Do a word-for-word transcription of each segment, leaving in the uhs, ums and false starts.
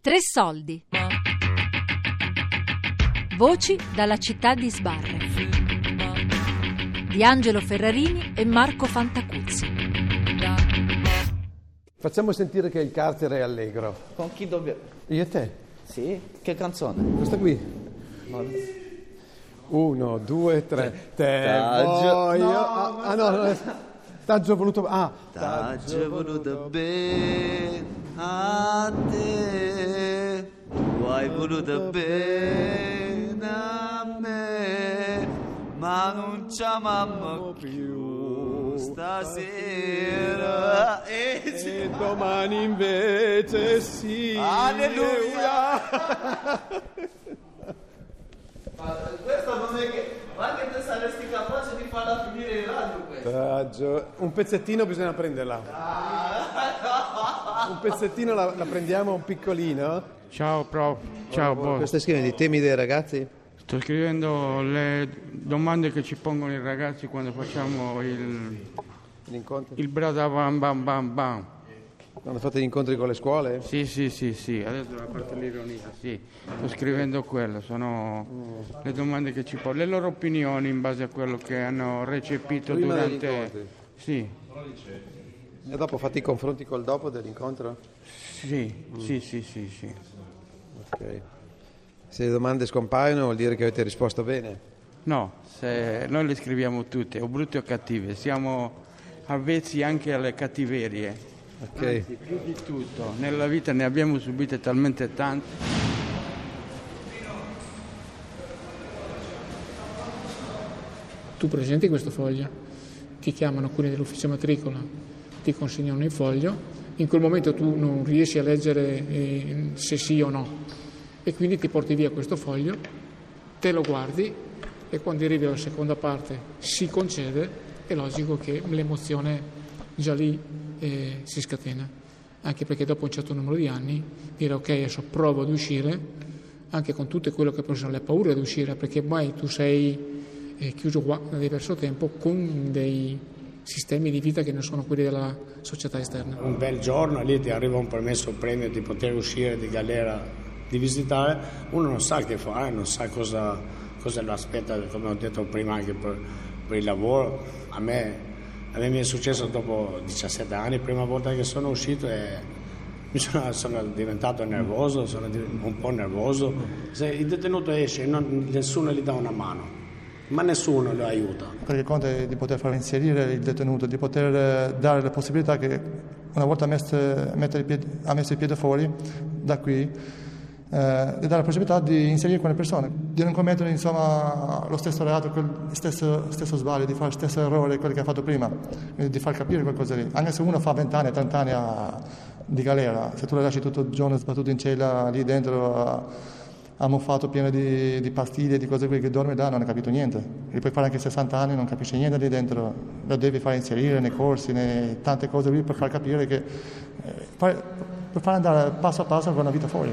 Tre soldi. Voci dalla città di Sbarre di Angelo Ferrarini e Marco Fantacuzzi. Facciamo sentire che il carcere è allegro. Con chi dobbiamo? Io e te. Sì? Che canzone? Questa qui. Uno, due, tre. Te Taggio- voglio. no, ah, ah, no, no, Taggio voluto. Ah, Taggio voluto bene a te, tu hai voluto bene a me, ma non ci amiamo più stasera. E e domani invece sì. Alleluia! Ma questo non è che... Ma anche te saresti capace di farla finire in radio questo. Taggio. Un pezzettino bisogna prenderla. Un pezzettino la, la prendiamo, un piccolino. Ciao prof, ciao boss. Cosa stai scrivendo? I temi dei ragazzi? Sto scrivendo le domande che ci pongono i ragazzi quando facciamo il, L'incontro? il brada bam bam bam bam. Hanno fatto gli incontri con le scuole? Sì, sì, sì, sì, adesso a parte l'ironia, sì. Sto scrivendo quello, sono le domande che ci pongono, le loro opinioni in base a quello che hanno recepito Prima degli durante... incontri. Sì, E dopo fate i confronti col dopo dell'incontro? sì, sì, sì, sì, sì. Ok. Se le domande scompaiono vuol dire che avete risposto bene? No, se noi le scriviamo tutte, o brutte o cattive, siamo avvezzi anche alle cattiverie. Ok. Anzi, più di tutto, nella vita ne abbiamo subite talmente tante. Tu presenti questo foglio, ti chiamano quelli dell'ufficio matricola, ti consegnano il foglio, in quel momento tu non riesci a leggere eh, se sì o no e quindi ti porti via questo foglio, te lo guardi e quando arrivi alla seconda parte si concede, è logico che l'emozione già lì eh, si scatena, anche perché dopo un certo numero di anni dire ok adesso provo ad uscire, anche con tutte quello che possono le paure ad uscire, perché ormai tu sei eh, chiuso qua da diverso tempo con dei sistemi di vita che non sono quelli della società esterna. Un bel giorno lì ti arriva un permesso premio di poter uscire di galera, di visitare, uno non sa che fare, non sa cosa, cosa lo aspetta, come ho detto prima anche per, per il lavoro. A me, a me mi è successo dopo diciassette anni, prima volta che sono uscito e mi sono, sono diventato nervoso, sono un po' nervoso. Se il detenuto esce e non, nessuno gli dà una mano, ma nessuno lo aiuta. Perché il conto è di poter far inserire il detenuto, di poter dare la possibilità che una volta messo, mettere il piede, ha messo il piede fuori da qui, eh, di dare la possibilità di inserire quelle persone, di non commettere insomma lo stesso reato, quel stesso, stesso sbaglio, di fare lo stesso errore quello che ha fatto prima, quindi di far capire qualcosa lì. Anche se uno fa venti anni, trenta anni a, di galera, se tu lo lasci tutto il giorno sbattuto in cella lì dentro, ammuffato pieno di, di pastiglie, di cose qui che dorme là, non hai capito niente. E puoi fare anche sessanta anni, non capisci niente lì dentro, lo devi fare inserire nei corsi, nei tante cose lì per far capire che eh, far, per far andare passo a passo con la vita fuori.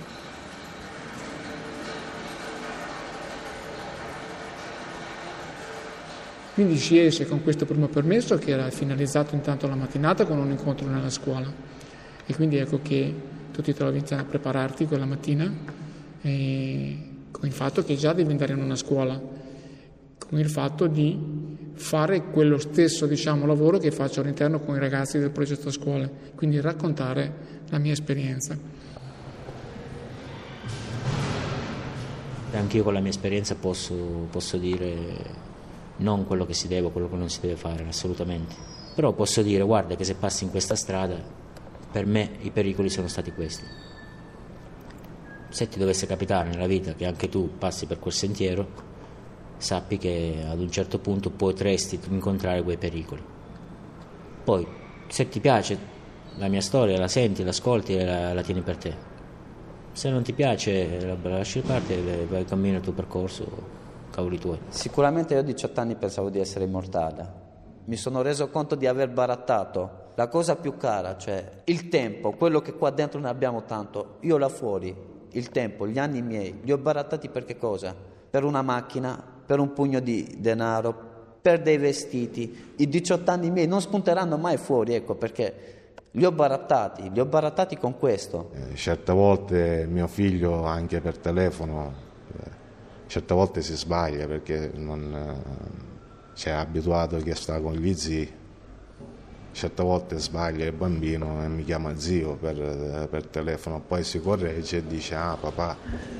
Quindi si esce con questo primo permesso che era finalizzato intanto alla mattinata con un incontro nella scuola e quindi ecco che tu ti trovi a prepararti quella mattina e con il fatto che già devi andare in una scuola, con il fatto di fare quello stesso diciamo, lavoro che faccio all'interno con i ragazzi del progetto scuole, quindi raccontare la mia esperienza. Anch'io con la mia esperienza posso, posso dire non quello che si deve, quello che non si deve fare, assolutamente. Però posso dire, guarda che se passi in questa strada, per me i pericoli sono stati questi. Se ti dovesse capitare nella vita che anche tu passi per quel sentiero, sappi che ad un certo punto potresti incontrare quei pericoli. Poi, se ti piace la mia storia, la senti, l'ascolti e la, la tieni per te. Se non ti piace, la, la lasci da parte, vai, cammina il tuo percorso, cavoli tuoi. Sicuramente io a diciotto anni pensavo di essere immortale. Mi sono reso conto di aver barattato la cosa più cara, cioè il tempo, quello che qua dentro ne abbiamo tanto. Io là fuori, il tempo, gli anni miei, li ho barattati per che cosa? Per una macchina, per un pugno di denaro, per dei vestiti. I diciotto anni miei non spunteranno mai fuori, ecco, perché Li ho barattati, li ho barattati con questo. Eh, certe volte mio figlio anche per telefono, eh, certe volte si sbaglia perché non eh, si è abituato che sta con gli zii. Certe volte sbaglia il bambino e mi chiama zio per, per telefono, poi si corregge e dice ah papà.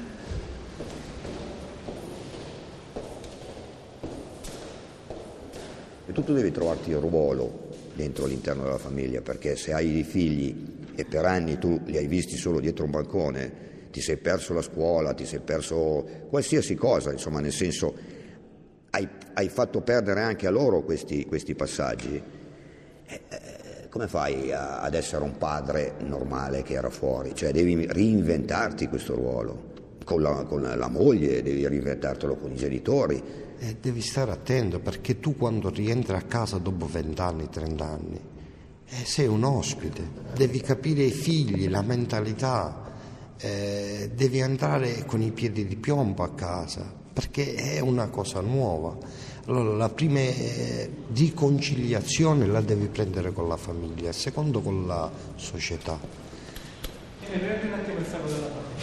E tu, tu devi trovarti il ruolo dentro all'interno della famiglia, perché se hai dei figli e per anni tu li hai visti solo dietro un bancone, ti sei perso la scuola, ti sei perso qualsiasi cosa, insomma, nel senso hai, hai fatto perdere anche a loro questi, questi passaggi. Eh, come fai a, ad essere un padre normale che era fuori? Cioè devi reinventarti questo ruolo con la, con la moglie, devi reinventartelo con i genitori. Eh, devi stare attento, perché tu quando rientri a casa dopo vent'anni, trent'anni, eh, sei un ospite, devi capire i figli, la mentalità, eh, devi andare con i piedi di piombo a casa, perché è una cosa nuova. Allora la prima eh, riconciliazione la devi prendere con la famiglia, secondo con la società. E prendi un attimo il ferro della parte.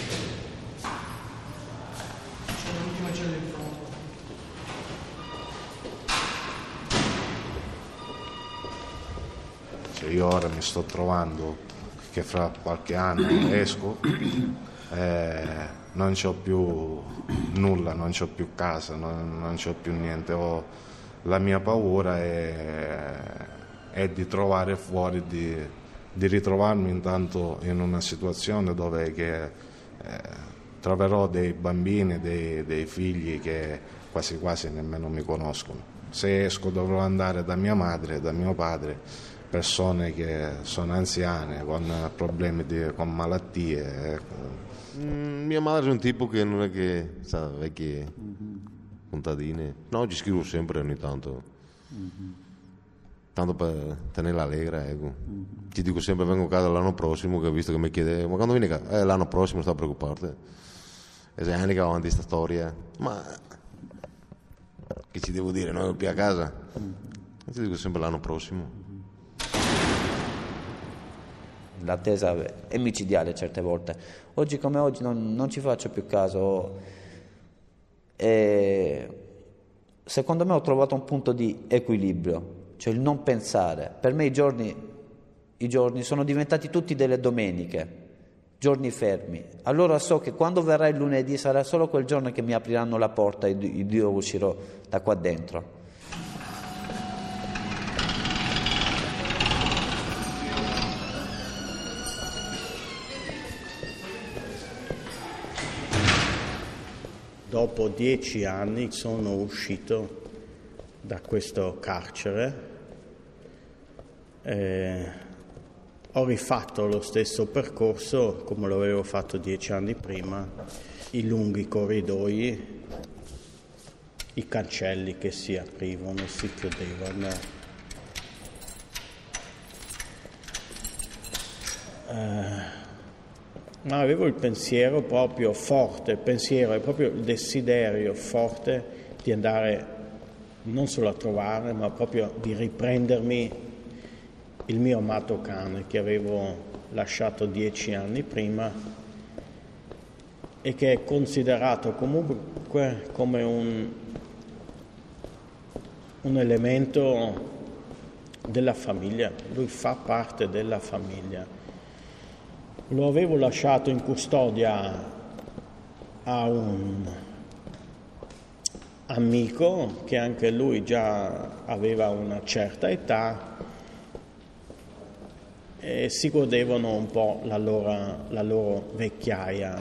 C'è l'ultima cella in fondo. Cioè io ora mi sto trovando che fra qualche anno esco, eh, non c'ho più nulla, non c'ho più casa, non, non c'ho più niente. Ho, la mia paura è, è di trovare fuori, di, di ritrovarmi intanto in una situazione dove che, eh, troverò dei bambini, dei, dei figli che quasi quasi nemmeno mi conoscono. Se esco dovrò andare da mia madre, da mio padre, persone che sono anziane, con problemi, di, con malattie. Ecco. Mm, mia madre è un tipo che non è che sa vecchie mm-hmm. contadine. No, ci scrivo sempre ogni tanto. Mm-hmm. Tanto per tenerla allegra, ecco. Mm-hmm. Ti dico sempre vengo a casa l'anno prossimo, che ho visto che mi chiede ma quando vieni a casa? Eh, l'anno prossimo, sta a preoccuparti. E sei anni che va avanti questa storia. Ma che ci devo dire? Noi qui a casa? Mm-hmm. Ti dico sempre l'anno prossimo. L'attesa è micidiale certe volte. Oggi come oggi non, non ci faccio più caso. E secondo me ho trovato un punto di equilibrio, cioè il non pensare. Per me i giorni, i giorni sono diventati tutti delle domeniche, giorni fermi. Allora so che quando verrà il lunedì sarà solo quel giorno che mi apriranno la porta e io uscirò da qua dentro. Dopo dieci anni sono uscito da questo carcere, eh, ho rifatto lo stesso percorso come lo avevo fatto dieci anni prima, i lunghi corridoi, i cancelli che si aprivano e si chiudevano. Eh, ma avevo il pensiero proprio forte, il pensiero è proprio il desiderio forte di andare non solo a trovare, ma proprio di riprendermi il mio amato cane che avevo lasciato dieci anni prima e che è considerato comunque come un, un elemento della famiglia, lui fa parte della famiglia. Lo avevo lasciato in custodia a un amico che anche lui già aveva una certa età e si godevano un po' la loro, la loro vecchiaia.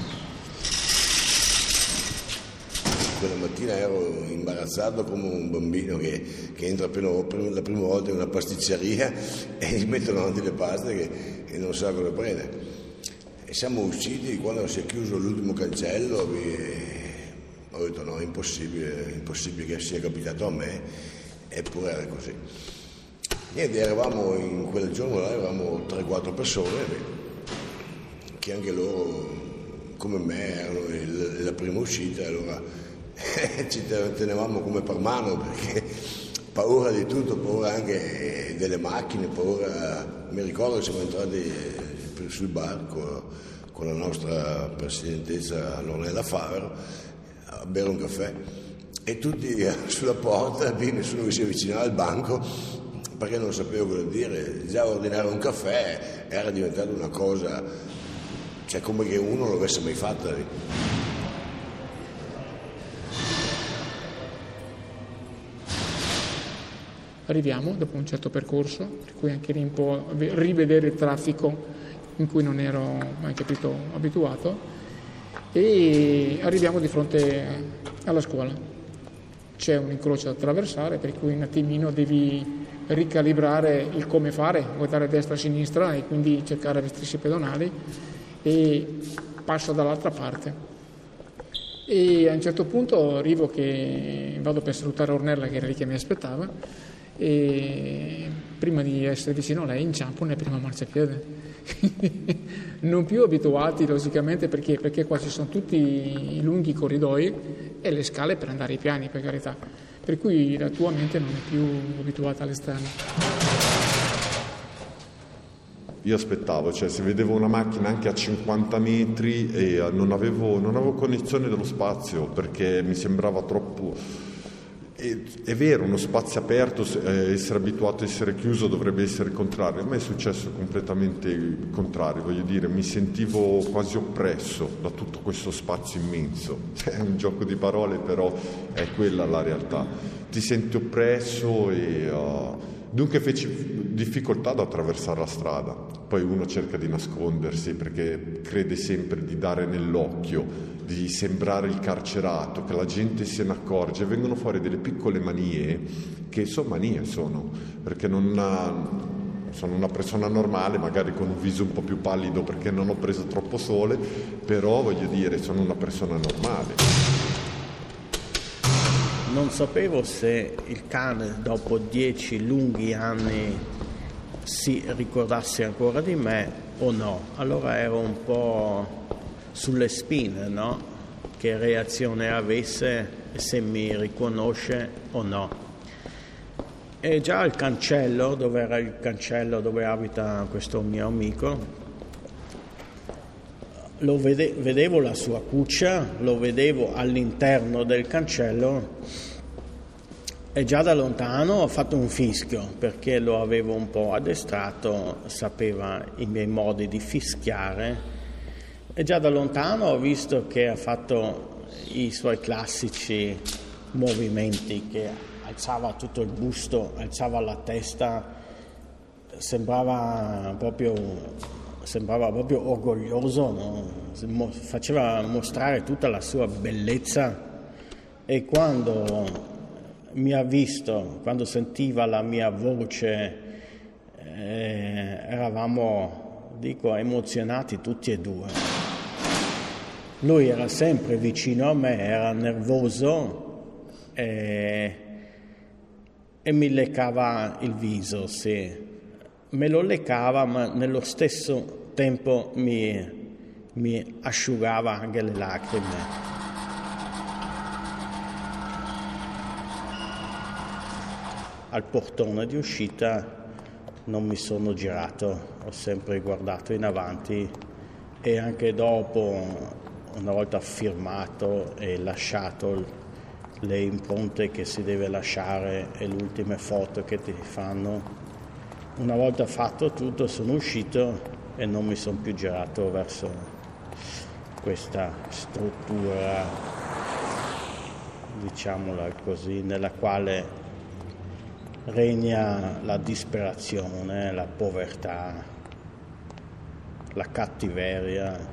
Quella mattina ero imbarazzato come un bambino che, che entra per la prima volta in una pasticceria e gli mettono davanti le paste che, che non sa cosa prende. E siamo usciti quando si è chiuso l'ultimo cancello. Vi, ho detto no, è impossibile, è impossibile che sia capitato a me, eppure era così. Niente, eravamo in quel giorno là, eravamo tre quattro persone che anche loro, come me, erano il, la prima uscita, allora ci tenevamo come per mano perché paura di tutto, paura anche delle macchine, paura. Mi ricordo che siamo entrati sul bar con, con la nostra presidentessa Lornella Favero a bere un caffè e tutti sulla porta, lì nessuno che si avvicinava al banco perché non sapevo cosa dire. Già ordinare un caffè era diventata una cosa, cioè come che uno non l'avesse mai fatta lì. Arriviamo dopo un certo percorso, per cui anche lì un po' rivedere il traffico in cui non ero mai capito abituato, e arriviamo di fronte alla scuola. C'è un incrocio da attraversare, per cui un attimino devi ricalibrare il come fare, guardare a destra e a sinistra e quindi cercare le strisce pedonali, e passo dall'altra parte. E a un certo punto arrivo che vado per salutare Ornella, che era lì che mi aspettava, e prima di essere vicino a lei inciampo nel primo marciapiede. Non più abituati logicamente, perché, perché qua ci sono tutti i lunghi corridoi e le scale per andare ai piani, per carità, per cui la tua mente non è più abituata all'esterno. Io aspettavo, cioè se vedevo una macchina anche a cinquanta metri e non avevo, non avevo cognizione dello spazio, perché mi sembrava troppo. È, è vero, uno spazio aperto, eh, essere abituato a essere chiuso dovrebbe essere il contrario. A me è successo completamente il contrario, voglio dire, mi sentivo quasi oppresso da tutto questo spazio immenso. È un gioco di parole, però è quella la realtà. Ti senti oppresso e uh, dunque feci difficoltà ad attraversare la strada. Poi uno cerca di nascondersi perché crede sempre di dare nell'occhio, di sembrare il carcerato, che la gente se ne accorge. Vengono fuori delle piccole manie che sono manie, sono, perché non ha, sono una persona normale, magari con un viso un po' più pallido perché non ho preso troppo sole, però voglio dire, sono una persona normale. Non sapevo se il cane dopo dieci lunghi anni si ricordasse ancora di me o no. Allora ero un po' sulle spine, no? Che reazione avesse e se mi riconosce o no. E già al cancello, dove era il cancello dove abita questo mio amico, lo vede, vedevo la sua cuccia, lo vedevo all'interno del cancello e già da lontano ho fatto un fischio perché lo avevo un po' addestrato, sapeva i miei modi di fischiare. E già da lontano ho visto che ha fatto i suoi classici movimenti, che alzava tutto il busto, alzava la testa, sembrava proprio, sembrava proprio orgoglioso, no? Faceva mostrare tutta la sua bellezza. E quando mi ha visto, quando sentiva la mia voce, eh, eravamo, dico, emozionati tutti e due. Lui era sempre vicino a me, era nervoso e, e mi leccava il viso, sì. Me lo leccava, ma nello stesso tempo mi, mi asciugava anche le lacrime. Al portone di uscita non mi sono girato, ho sempre guardato in avanti, e anche dopo, una volta firmato e lasciato le impronte che si deve lasciare e le ultime foto che ti fanno, una volta fatto tutto sono uscito e non mi sono più girato verso questa struttura, diciamola così, nella quale regna la disperazione, la povertà, la cattiveria.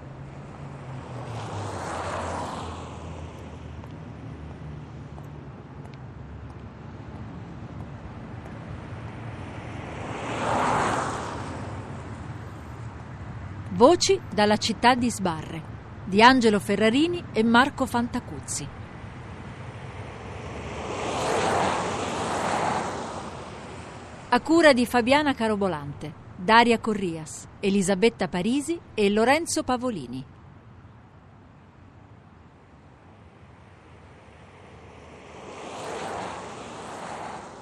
Voci dalla città di Sbarre di Angelo Ferrarini e Marco Fantacuzzi. A cura di Fabiana Carobolante, Daria Corrias, Elisabetta Parisi e Lorenzo Pavolini.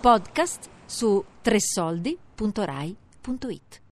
podcast su tre soldi punto rai punto it.